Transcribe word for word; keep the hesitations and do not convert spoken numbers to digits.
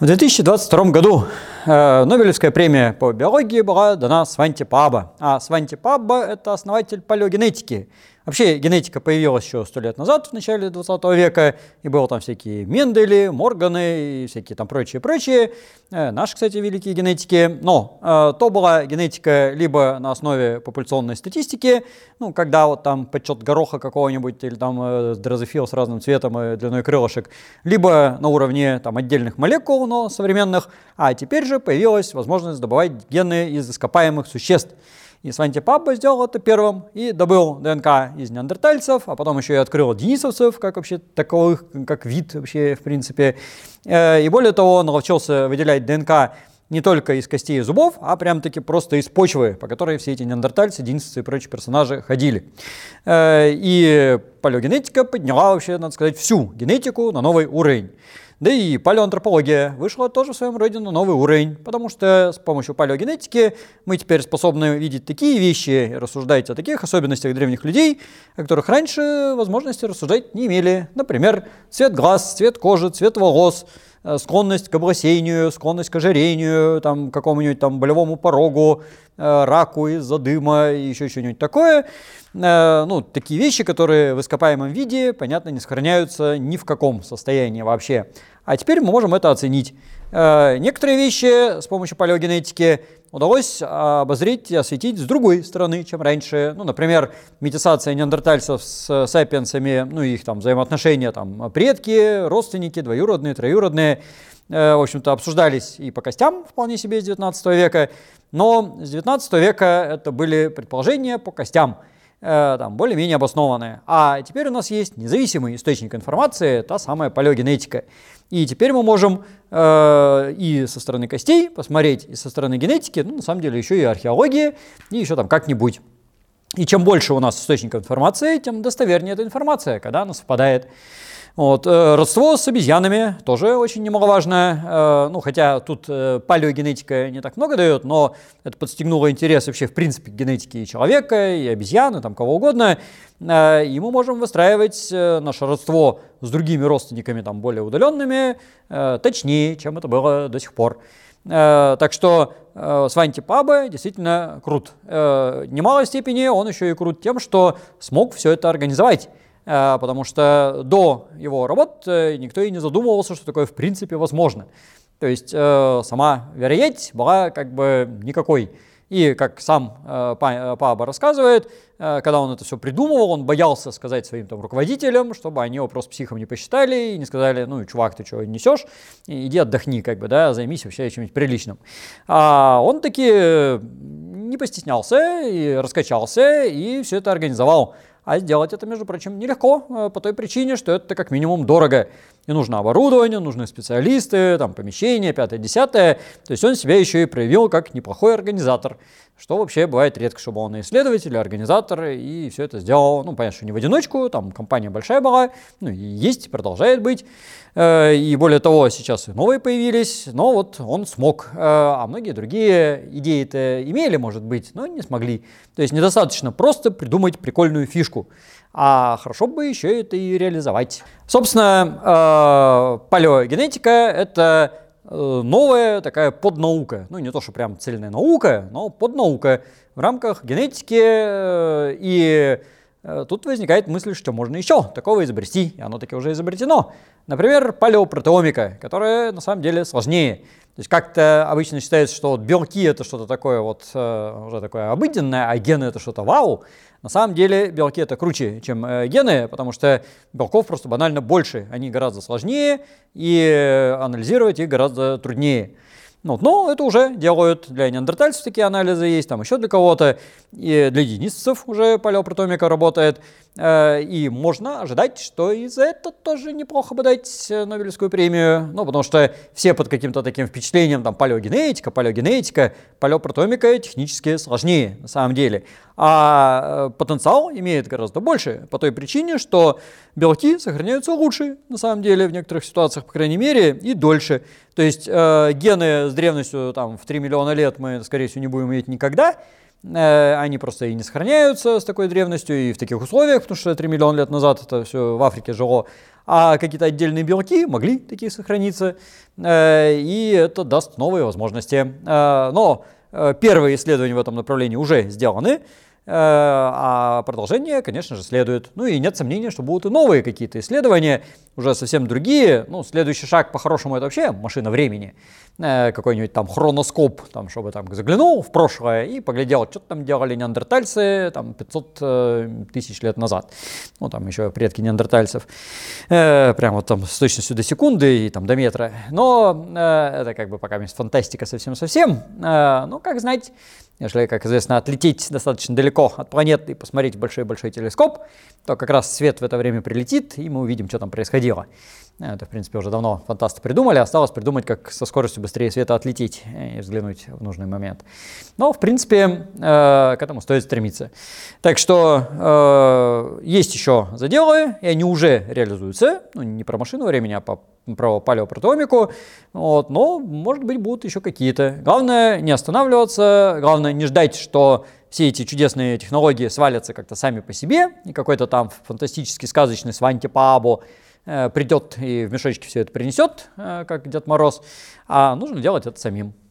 В две тысячи двадцать втором году э, Нобелевская премия по биологии была дана Сванти Пааба. А Сванти Пааба – это основатель палеогенетики. Вообще генетика появилась еще сто лет назад, в начале двадцатого века, и было там всякие Мендели, Морганы и всякие там прочие-прочие. Э, наши, кстати, великие генетики. Но э, то была генетика либо на основе популяционной статистики, ну, когда вот там подсчет гороха какого-нибудь, или там э, дрозофил с разным цветом и длиной крылышек, либо на уровне там отдельных молекул, но современных. А теперь же появилась возможность добывать гены из ископаемых существ. И Сванти Пааба сделал это первым и добыл ДНК из неандертальцев, а потом еще и открыл денисовцев, как вообще таковых, как вид вообще в принципе. И более того, он научился выделять ДНК не только из костей и зубов, а прям-таки просто из почвы, по которой все эти неандертальцы, денисовцы и прочие персонажи ходили. И палеогенетика подняла вообще, надо сказать, всю генетику на новый уровень. Да и палеоантропология вышла тоже в своем роде на новый уровень, потому что с помощью палеогенетики мы теперь способны видеть такие вещи и рассуждать о таких особенностях древних людей, о которых раньше возможности рассуждать не имели. Например, цвет глаз, цвет кожи, цвет волос, склонность к облысению, склонность к ожирению, там, какому-нибудь там болевому порогу, раку из-за дыма и еще что-нибудь такое. Ну, такие вещи, которые в ископаемом виде, понятно, не сохраняются ни в каком состоянии вообще. А теперь мы можем это оценить. Некоторые вещи с помощью палеогенетики удалось обозреть и осветить с другой стороны, чем раньше. Ну, например, метисация неандертальцев с сапиенсами, ну, их там взаимоотношения, там, предки, родственники, двоюродные, троюродные, в общем-то, обсуждались и по костям вполне себе с девятнадцатого века, но с девятнадцатого века это были предположения по костям, там, более-менее обоснованные. А теперь у нас есть независимый источник информации, та самая палеогенетика. И теперь мы можем э, и со стороны костей посмотреть, и со стороны генетики, ну, на самом деле, еще и археологии, и еще там как-нибудь. И чем больше у нас источников информации, тем достовернее эта информация, когда она совпадает. Вот. Родство с обезьянами тоже очень немаловажно, ну, хотя тут палеогенетика не так много дает, но это подстегнуло интерес вообще в принципе к генетике и человека, и обезьяны, там кого угодно, и мы можем выстраивать наше родство с другими родственниками, там, более удаленными, точнее, чем это было до сих пор. Так что Сванти Пааба действительно крут. В немалой степени он еще и крут тем, что смог все это организовать. Потому что до его работ никто и не задумывался, что такое в принципе возможно. То есть сама вероятность была как бы никакой. И как сам Пааба рассказывает, когда он это все придумывал, он боялся сказать своим там руководителям, чтобы они его просто психом не посчитали и не сказали: ну, чувак, ты что несешь, иди отдохни, как бы, да, займись вообще чем-нибудь приличным. А он таки не постеснялся и раскачался, и все это организовал. А сделать это, между прочим, нелегко, по той причине, что это как минимум дорого. И нужно оборудование, нужны специалисты, там, помещения, пятое-десятое. То есть он себя еще и проявил как неплохой организатор, что вообще бывает редко, чтобы он и исследователь, и организатор, и все это сделал, ну, понятно, что не в одиночку, там компания большая была, ну, и есть, продолжает быть. И более того, сейчас и новые появились, но вот он смог. А многие другие идеи-то имели, может быть, но не смогли. То есть недостаточно просто придумать прикольную фишку, а хорошо бы еще это и реализовать. Собственно, палеогенетика – это новая такая поднаука. Ну, не то, что прям цельная наука, но поднаука в рамках генетики. И тут возникает мысль, что можно еще такого изобрести, и оно таки уже изобретено. Например, палеопротеомика, которая на самом деле сложнее. То есть как-то обычно считается, что вот белки это что-то такое вот уже такое обыденное, а гены это что-то вау. На самом деле белки это круче, чем э, гены, потому что белков просто банально больше. Они гораздо сложнее, и анализировать их гораздо труднее. Ну, но это уже делают для неандертальцев, такие анализы есть, там еще для кого-то, и для денисовцев уже палеопротомика работает. И можно ожидать, что и за это тоже неплохо бы дать Нобелевскую премию, ну, потому что все под каким-то таким впечатлением, там, палеогенетика, палеогенетика, палеопротомика технически сложнее на самом деле. А потенциал имеет гораздо больше по той причине, что белки сохраняются лучше, на самом деле, в некоторых ситуациях, по крайней мере, и дольше. То есть э, гены с древностью там, в три миллиона лет мы, скорее всего, не будем иметь никогда, они просто и не сохраняются с такой древностью и в таких условиях, потому что три миллиона лет назад это все в Африке жило, а какие-то отдельные белки могли такие сохраниться, и это даст новые возможности. Но первые исследования в этом направлении уже сделаны, а продолжение, конечно же, следует. Ну и нет сомнения, что будут и новые какие-то исследования, уже совсем другие. Ну, следующий шаг по-хорошему это вообще машина времени. Какой-нибудь там хроноскоп, там, чтобы там заглянул в прошлое и поглядел, что там делали неандертальцы там пятьсот тысяч лет назад. Ну, там еще предки неандертальцев. Э, прям вот там с точностью до секунды и там до метра. Но э, это как бы пока фантастика совсем-совсем. Э, ну, как знать, если, как известно, отлететь достаточно далеко от планеты и посмотреть в большой-большой телескоп, то как раз свет в это время прилетит, и мы увидим, что там происходило. Это, в принципе, уже давно фантасты придумали, осталось придумать, как со скоростью быстрее света отлететь и взглянуть в нужный момент. Но, в принципе, э, к этому стоит стремиться. Так что э, есть еще заделы, и они уже реализуются. Ну, не про машину времени, а по, про палеопротомику. Вот, но, может быть, будут еще какие-то. Главное не останавливаться, главное не ждать, что все эти чудесные технологии свалятся как-то сами по себе, и какой-то там фантастический сказочный Сванти Паабо придет и в мешочке все это принесет, как Дед Мороз, а нужно делать это самим.